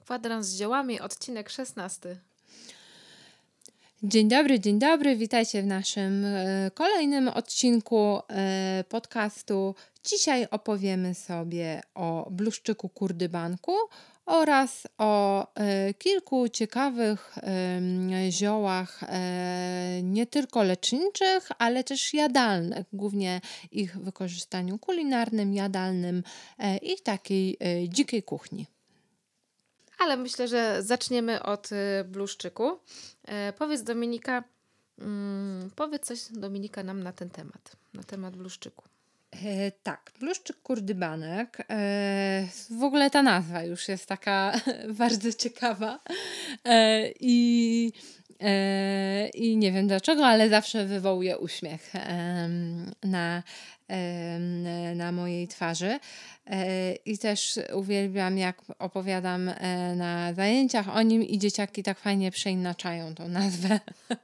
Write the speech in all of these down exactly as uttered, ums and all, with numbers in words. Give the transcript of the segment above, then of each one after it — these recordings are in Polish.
Kwadrans z ziołami, odcinek szesnasty. Dzień dobry, dzień dobry. Witajcie w naszym e, kolejnym odcinku e, podcastu. Dzisiaj opowiemy sobie o bluszczyku kurdybanku oraz o e, kilku ciekawych e, ziołach e, nie tylko leczniczych, ale też jadalnych. Głównie ich wykorzystaniu kulinarnym, jadalnym e, i takiej e, dzikiej kuchni. Ale myślę, że zaczniemy od y, bluszczyku. E, powiedz Dominika, mm, powiedz coś Dominika nam na ten temat, na temat bluszczyku. E, tak, bluszczyk kurdybanek. E, w ogóle ta nazwa już jest taka bardzo ciekawa e, i, e, i nie wiem dlaczego, ale zawsze wywołuje uśmiech e, na, e, na mojej twarzy. E, I też uwielbiam, jak opowiadam e, na zajęciach o nim i dzieciaki tak fajnie przeinaczają tą nazwę.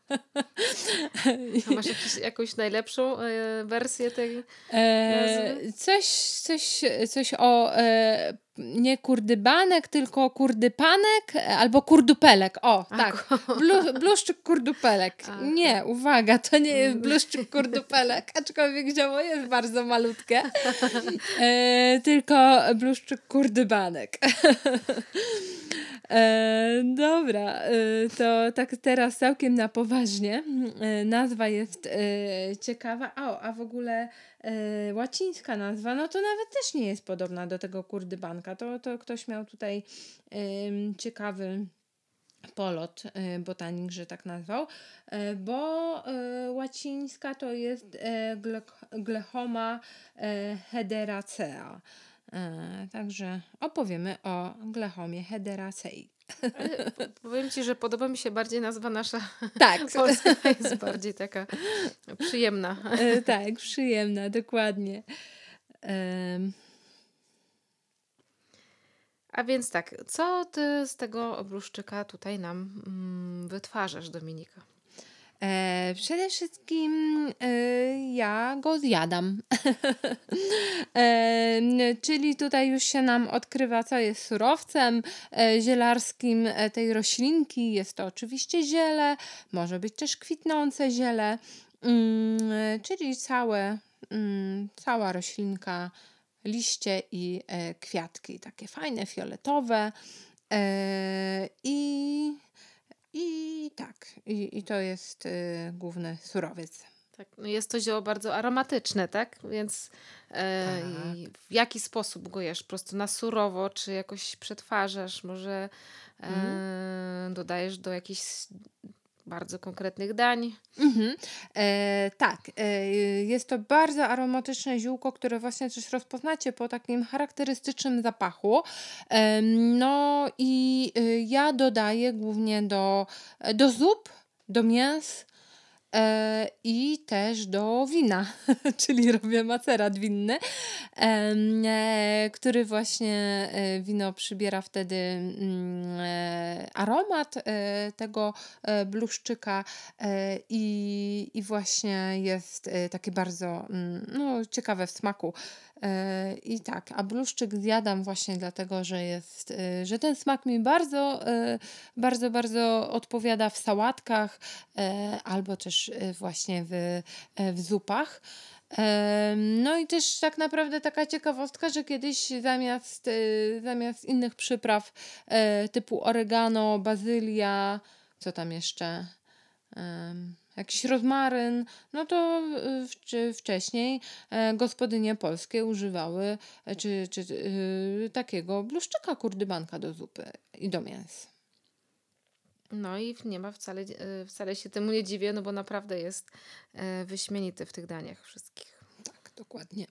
A masz jakiś, jakąś najlepszą e, wersję tej E, nazwy? coś, coś, coś o e, nie kurdybanek, tylko kurdypanek e, albo kurdupelek. O, A, tak. ko- Blu, bluszczyk kurdupelek. A, Nie, uwaga, to nie jest Mm. bluszczyk kurdupelek, aczkolwiek zioło jest bardzo malutkie. E, tylko bluszczyk kurdybanek. E, dobra, e, to tak teraz całkiem na poważnie. E, nazwa jest e, ciekawa. O, a w ogóle e, łacińska nazwa, no to nawet też nie jest podobna do tego kurdybanka. To, to ktoś miał tutaj em, ciekawy polot, e, botanik, że tak nazwał, e, bo e, łacińska to jest e, glek- glechoma e, hederacea. E, także opowiemy o glechomie hederacei. Ale po- powiem Ci, że podoba mi się bardziej nazwa nasza Tak, polska, jest bardziej taka przyjemna. e, tak, przyjemna, dokładnie. Em, A więc tak, co Ty z tego bluszczyka tutaj nam mm, wytwarzasz, Dominika? E, przede wszystkim e, ja go zjadam. e, n- czyli tutaj już się nam odkrywa, co jest surowcem e, zielarskim e, tej roślinki. Jest to oczywiście ziele, może być też kwitnące ziele, mm, e, czyli całe, mm, cała roślinka, liście i e, kwiatki, takie fajne, fioletowe. E, I i tak, i, i to jest y, główny surowiec. Tak, no jest to zioło bardzo aromatyczne, tak? Więc e, Tak. i w jaki sposób go jesz? Po prostu na surowo, czy jakoś przetwarzasz? Może Mhm. e, dodajesz do jakichś bardzo konkretnych dań? Mhm. E, tak, e, jest to bardzo aromatyczne ziółko, które właśnie też rozpoznacie po takim charakterystycznym zapachu. Em, no i y, ja dodaję głównie do, do zup, do mięs. E, I też do wina, czyli robię macerat winny, em, e, który właśnie e, wino przybiera wtedy mm, e, aromat e, tego e, bluszczyka e, i, i właśnie jest e, takie bardzo mm, no, ciekawe w smaku. E, I tak, a bluszczyk zjadam właśnie dlatego, że jest, e, że ten smak mi bardzo, e, bardzo, bardzo odpowiada w sałatkach e, albo też e, właśnie w, e, w zupach. Em, No i też tak naprawdę taka ciekawostka, że kiedyś zamiast, e, zamiast innych przypraw e, typu oregano, bazylia, co tam jeszcze, em, jakiś rozmaryn, no to e, w, czy wcześniej e, gospodynie polskie używały e, czy, czy e, takiego bluszczyka kurdybanka do zupy i do mięs. No i nie ma wcale, e, wcale się temu nie dziwię, no bo naprawdę jest e, wyśmienity w tych daniach wszystkich. Tak, dokładnie.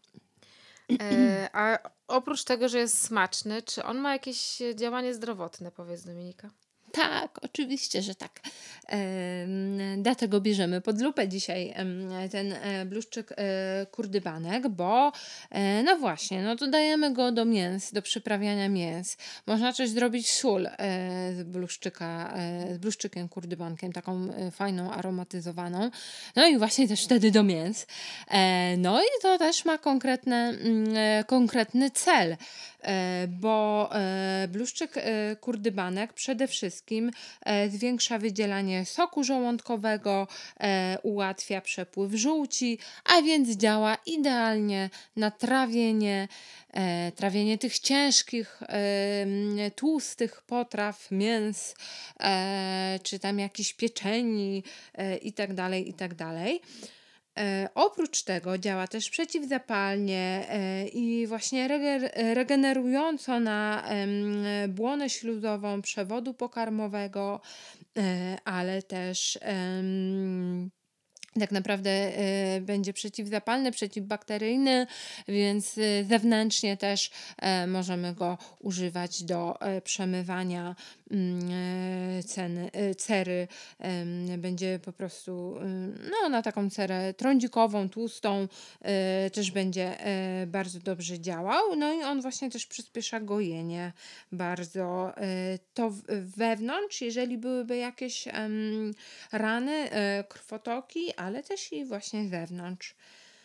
E, a oprócz tego, że jest smaczny, czy on ma jakieś działanie zdrowotne, powiedz Dominika? Tak, oczywiście, że tak. Em, Dlatego bierzemy pod lupę dzisiaj em, ten e, bluszczyk e, kurdybanek, bo e, no właśnie, no to dajemy go do mięs, do przyprawiania mięs. Można też zrobić sól e, z bluszczyka, e, z bluszczykiem kurdybankiem, taką e, fajną, aromatyzowaną. No i właśnie też wtedy do mięs. E, No i to też ma konkretne, mm, e, konkretny cel. e, bo e, bluszczyk e, kurdybanek przede wszystkim e, zwiększa wydzielanie soku żołądkowego, e, ułatwia przepływ żółci, a więc działa idealnie na trawienie, e, trawienie tych ciężkich, e, m, tłustych potraw, mięs, e, czy tam jakichś pieczeni e, i tak dalej, i tak dalej. E, oprócz tego działa też przeciwzapalnie e, i właśnie reger- regenerująco na em, błonę śluzową przewodu pokarmowego, e, ale też em, tak naprawdę e, będzie przeciwzapalny, przeciwbakteryjny, więc e, zewnętrznie też e, możemy go używać do e, przemywania mm, e, ceny, e, cery. Em, będzie po prostu ym, no, na taką cerę trądzikową, tłustą e, też będzie e, bardzo dobrze działał. No i on właśnie też przyspiesza gojenie bardzo. E, to w- wewnątrz, jeżeli byłyby jakieś em, rany, e, krwotoki, ale też i właśnie zewnątrz.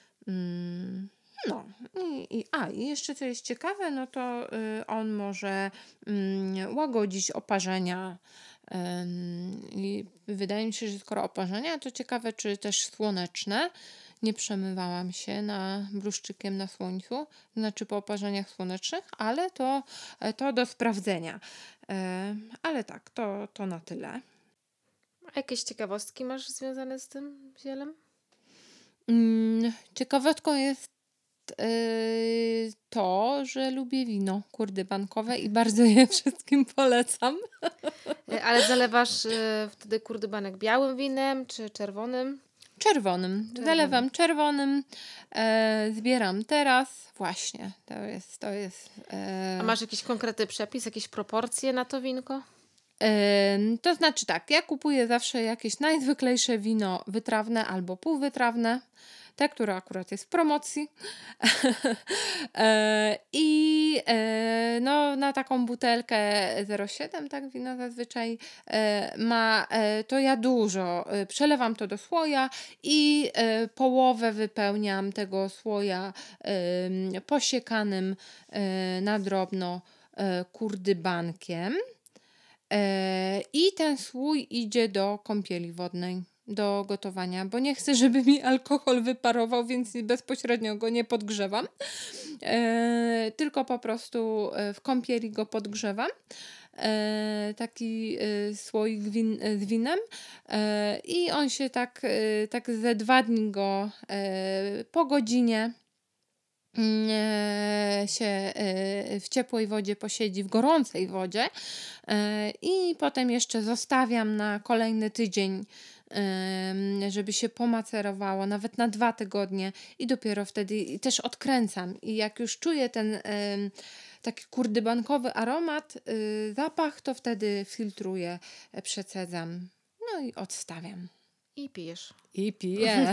Mm, No, i, i, a i jeszcze co jest ciekawe, no to y, on może mm, łagodzić oparzenia. Ym, I wydaje mi się, że skoro oparzenia, to ciekawe, czy też słoneczne. Nie przemywałam się na bluszczykiem na słońcu, znaczy po oparzeniach słonecznych, ale to, e, to do sprawdzenia. E, ale tak, to, to na tyle. A jakieś ciekawostki masz związane z tym zielem? Mm, ciekawostką jest yy, to, że lubię wino kurdybankowe i bardzo je wszystkim polecam. E, Ale zalewasz e, wtedy kurdybanek białym winem czy czerwonym? Czerwonym. Czerwonym. Zalewam czerwonym. E, zbieram teraz. Właśnie, to jest, to jest. E, A masz jakiś konkretny przepis, jakieś proporcje na to winko? Ym, to znaczy tak, ja kupuję zawsze jakieś najzwyklejsze wino wytrawne albo półwytrawne, te, które akurat jest w promocji. E, I e, no, na taką butelkę zero przecinek siedem, tak, wino zazwyczaj e, ma, e, to ja dużo e, przelewam to do słoja i e, połowę wypełniam tego słoja em, posiekanym e, na drobno e, kurdybankiem. E, I ten słój idzie do kąpieli wodnej, do gotowania, bo nie chcę, żeby mi alkohol wyparował, więc bezpośrednio go nie podgrzewam. E, tylko po prostu e, w kąpieli go podgrzewam. E, taki e, słoik win, e, z winem e, i on się tak, e, tak ze dwa dni go e, po godzinie mm, e, się e, w ciepłej wodzie posiedzi, w gorącej wodzie e, i potem jeszcze zostawiam na kolejny tydzień, em, żeby się pomacerowało, nawet na dwa tygodnie i dopiero wtedy i też odkręcam. I jak już czuję ten em, taki kurdybankowy aromat, y, zapach, to wtedy filtruję, e, przecedzam, no i odstawiam. I pijesz. I piję.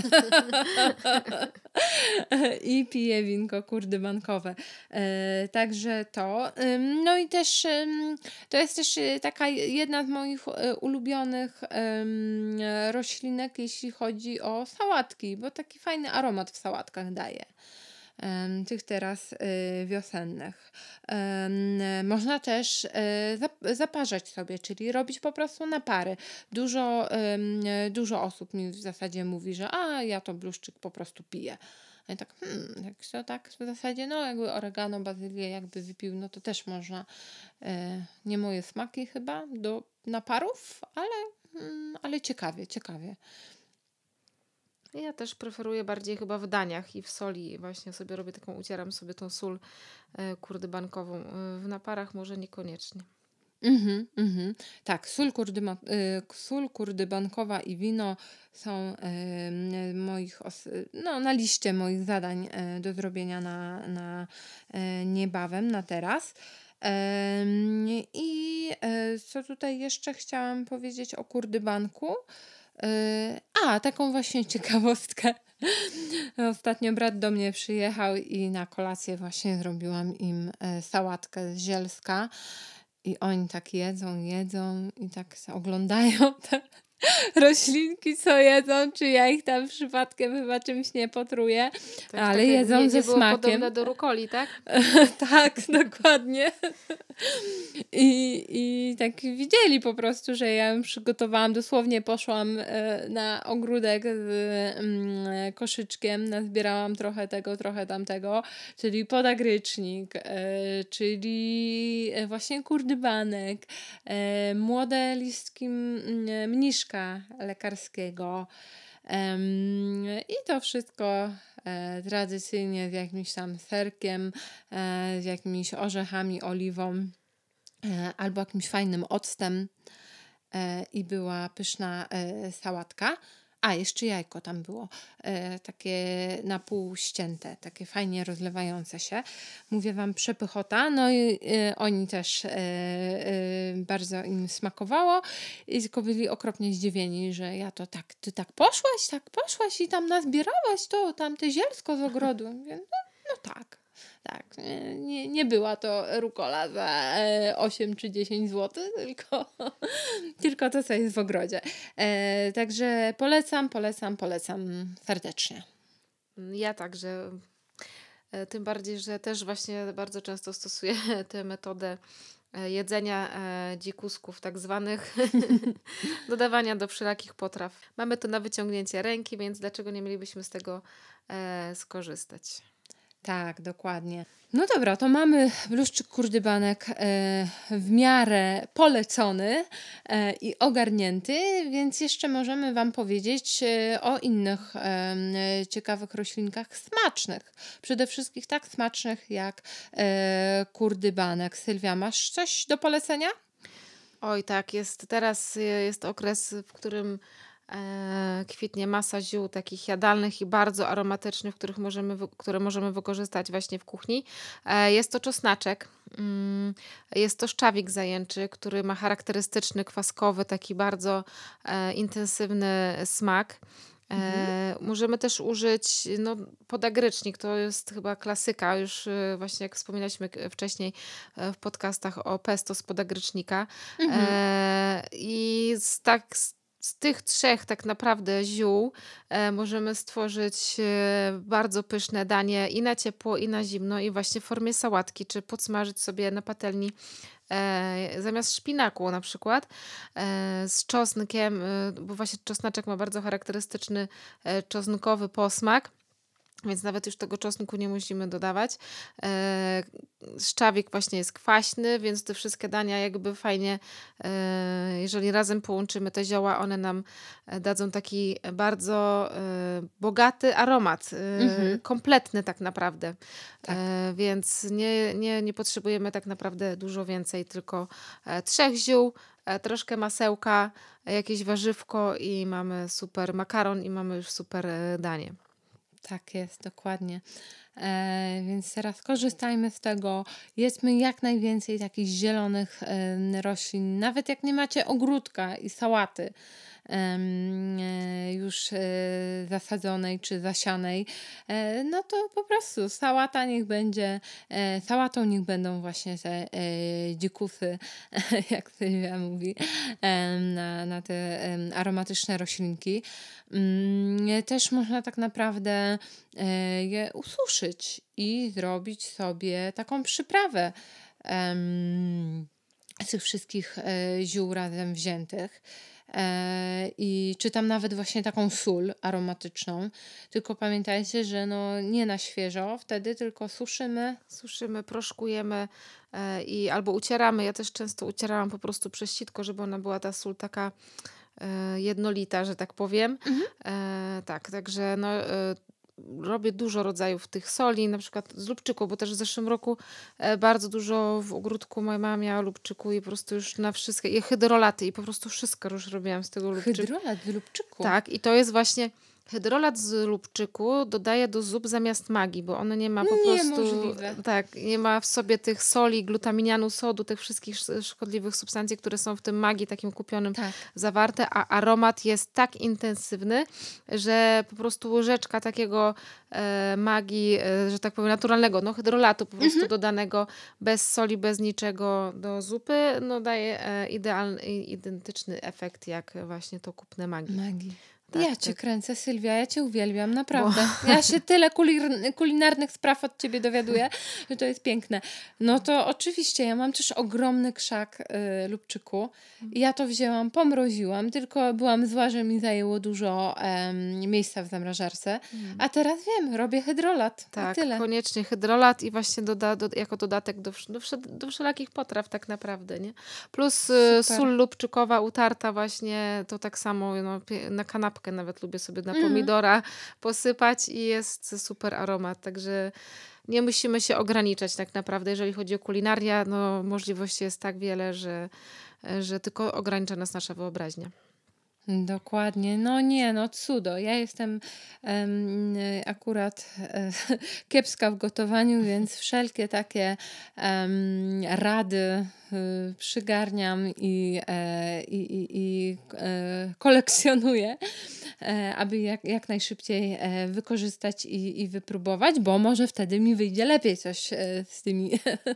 I piję winko kurdybankowe. E, także to. Ym, No i też ym, to jest też y, taka jedna z moich e, ulubionych ym, e, roślinek, jeśli chodzi o sałatki, bo taki fajny aromat w sałatkach daje. Em, tych teraz y, wiosennych. Em, e, Można też e, zap- zaparzać sobie, czyli robić po prostu napary. Dużo, em, e, dużo osób mi w zasadzie mówi, że a ja to bluszczyk po prostu piję. A ja tak, hmm, jak to tak w zasadzie, no jakby oregano, bazylię jakby wypił, no to też można. E, nie moje smaki chyba do naparów, ale, mm, ale ciekawie, ciekawie. Ja też preferuję bardziej chyba w daniach i w soli. Właśnie sobie robię taką, ucieram sobie tą sól e, kurdybankową. E, w naparach może niekoniecznie. Mhm, mhm. Tak, sól, kurdyma, y, sól kurdybankowa i wino są em, moich os- no, na liście moich zadań e, do zrobienia na, na e, niebawem, na teraz. Em, I e, co tutaj jeszcze chciałam powiedzieć o kurdybanku? E, A, taką właśnie ciekawostkę. Ostatnio brat do mnie przyjechał i na kolację właśnie zrobiłam im e, sałatkę z zielska. I oni tak jedzą, jedzą i tak se oglądają te, roślinki, co jedzą, czy ja ich tam przypadkiem chyba czymś nie potruję, Tak, ale takie jedzą nie, ze nie było smakiem. podobne do rukoli, tak? Tak, dokładnie. I, I tak widzieli po prostu, że ja ją przygotowałam. Dosłownie poszłam e, na ogródek z mm, koszyczkiem, nazbierałam trochę tego, trochę tamtego, czyli podagrycznik, e, czyli e, właśnie kurdybanek, e, młode listki m, mniszka lekarskiego. Em, I to wszystko e, tradycyjnie z jakimś tam serkiem, e, z jakimiś orzechami, oliwą e, albo jakimś fajnym octem e, i była pyszna e, sałatka. A, jeszcze jajko tam było, e, takie na pół ścięte, takie fajnie rozlewające się. Mówię wam, przepychota. No i e, oni też e, e, bardzo im smakowało i tylko byli okropnie zdziwieni, że ja to tak, ty tak poszłaś, tak poszłaś i tam nazbierałaś to, tam te zielsko z ogrodu. Mówię, no, no tak. Tak, nie, nie, nie była to rukola za e, osiem czy dziesięć złotych, tylko, tylko to, co jest w ogrodzie. E, także polecam, polecam, polecam serdecznie. Ja także. E, Tym bardziej, że też właśnie bardzo często stosuję tę metodę e, jedzenia e, dzikusków tak zwanych, dodawania do wszelakich potraw. Mamy to na wyciągnięcie ręki, więc dlaczego nie mielibyśmy z tego e, skorzystać? Tak, dokładnie. No dobra, to mamy bluszczyk kurdybanek e, w miarę polecony e, i ogarnięty, więc jeszcze możemy wam powiedzieć e, o innych em, e, ciekawych roślinkach smacznych. Przede wszystkim tak smacznych jak e, kurdybanek. Sylwia, masz coś do polecenia? Oj, tak, jest teraz e, jest okres, w którym e, kwitnie masa ziół takich jadalnych i bardzo aromatycznych, których możemy, wy- które możemy wykorzystać właśnie w kuchni. E, jest to czosnaczek. Mm, Jest to szczawik zajęczy, który ma charakterystyczny, kwaskowy, taki bardzo e, intensywny smak. Mhm. E, możemy też użyć no, podagrycznik, to jest chyba klasyka, już e, właśnie jak wspominaliśmy k- wcześniej e, w podcastach o pesto z podagrycznika. Mhm. E, I z, tak, z, z tych trzech tak naprawdę ziół e, możemy stworzyć e, bardzo pyszne danie i na ciepło, i na zimno, i właśnie w formie sałatki, czy podsmażyć sobie na patelni e, zamiast szpinaku na przykład e, z czosnkiem, e, bo właśnie czosnaczek ma bardzo charakterystyczny e, czosnkowy posmak. Więc nawet już tego czosnku nie musimy dodawać. E, Szczawik właśnie jest kwaśny, więc te wszystkie dania jakby fajnie, e, jeżeli razem połączymy te zioła, one nam e, dadzą taki bardzo e, bogaty aromat, e, Mhm. kompletny tak naprawdę. Tak. E, Więc nie, nie, nie potrzebujemy tak naprawdę dużo więcej, tylko e, trzech ziół, e, troszkę masełka, e, jakieś warzywko i mamy super makaron i mamy już super e, danie. Tak jest, dokładnie. E, więc teraz korzystajmy z tego. Jedzmy jak najwięcej takich zielonych em, roślin. Nawet jak nie macie ogródka i sałaty em, e, już e, zasadzonej czy zasianej, e, no to po prostu sałata niech będzie, e, sałatą niech będą właśnie te e, dzikusy, jak Sylwia mówi, em, na, na te em, aromatyczne roślinki. Mm, Też można tak naprawdę e, je ususzyć i zrobić sobie taką przyprawę em, z tych wszystkich e, ziół razem wziętych. E, I czy tam nawet właśnie taką sól aromatyczną. Tylko pamiętajcie, że no nie na świeżo wtedy, tylko suszymy. Suszymy, proszkujemy e, i albo ucieramy. Ja też często ucierałam po prostu przez sitko, żeby ona była ta sól taka e, jednolita, że tak powiem. Mhm. E, tak, także no, e, robię dużo rodzajów tych soli, na przykład z lubczyku, bo też w zeszłym roku e, bardzo dużo w ogródku moja mama miała lubczyku i po prostu już na wszystkie, i hydrolaty i po prostu wszystko już robiłam z tego lubczyku. Hydrolat z lubczyku. Tak, i to jest właśnie Hydrolat z lubczyku dodaję do zup zamiast magii, bo ono nie ma po prostu Niemożliwe. tak, nie ma w sobie tych soli, glutaminianu, sodu, tych wszystkich sz szkodliwych substancji, które są w tym magii takim kupionym Tak. zawarte, a aromat jest tak intensywny, że po prostu łyżeczka takiego, e, magii, e, że tak powiem naturalnego, no hydrolatu po prostu Mhm. dodanego bez soli, bez niczego do zupy, no daje, e, idealny i identyczny efekt jak właśnie to kupne magii. Magii. Tak, Ja cię tak. kręcę, Sylwia, ja cię uwielbiam, Bo naprawdę. Ja się tyle kulir kulinarnych spraw od ciebie dowiaduję, że to jest piękne. No to oczywiście, ja mam też ogromny krzak y, lubczyku. I ja to wzięłam, pomroziłam, tylko byłam zła, że mi zajęło dużo em, miejsca w zamrażarce. Mhm. A teraz wiem, robię hydrolat i Tak, tyle. koniecznie hydrolat i właśnie doda do jako dodatek do wsz do wsze do wszelakich potraw tak naprawdę, nie? Plus, y, Super. sól lubczykowa utarta właśnie, to tak samo, no, pie na kanapkę nawet lubię sobie na Mhm. pomidora posypać i jest super aromat, także nie musimy się ograniczać tak naprawdę, jeżeli chodzi o kulinarię, no możliwości jest tak wiele, że, e, że tylko ogranicza nas nasza wyobraźnia. Dokładnie. No nie, no cudo. Ja jestem em, y, akurat e, kiepska w gotowaniu, więc wszelkie takie em, rady y, przygarniam i, e, i, i, i e, kolekcjonuję, e, aby jak, jak najszybciej e, wykorzystać i, i wypróbować, bo może wtedy mi wyjdzie lepiej coś e, z tymi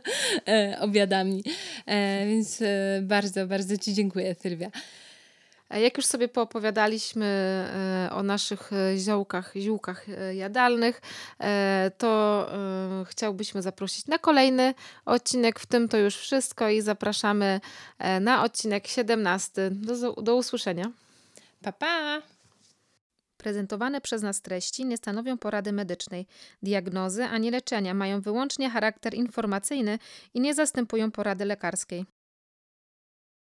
e, obiadami. E, więc e, bardzo, bardzo Ci dziękuję, Sylwia. A jak już sobie poopowiadaliśmy, e, o naszych, e, ziołkach ziółkach, e, jadalnych, e, to, e, chciałbyśmy zaprosić na kolejny odcinek. W tym to już wszystko i zapraszamy, e, na odcinek siedemnasty. Do zo do usłyszenia. Pa, pa! Prezentowane przez nas treści nie stanowią porady medycznej, diagnozy ani leczenia, mają wyłącznie charakter informacyjny i nie zastępują porady lekarskiej.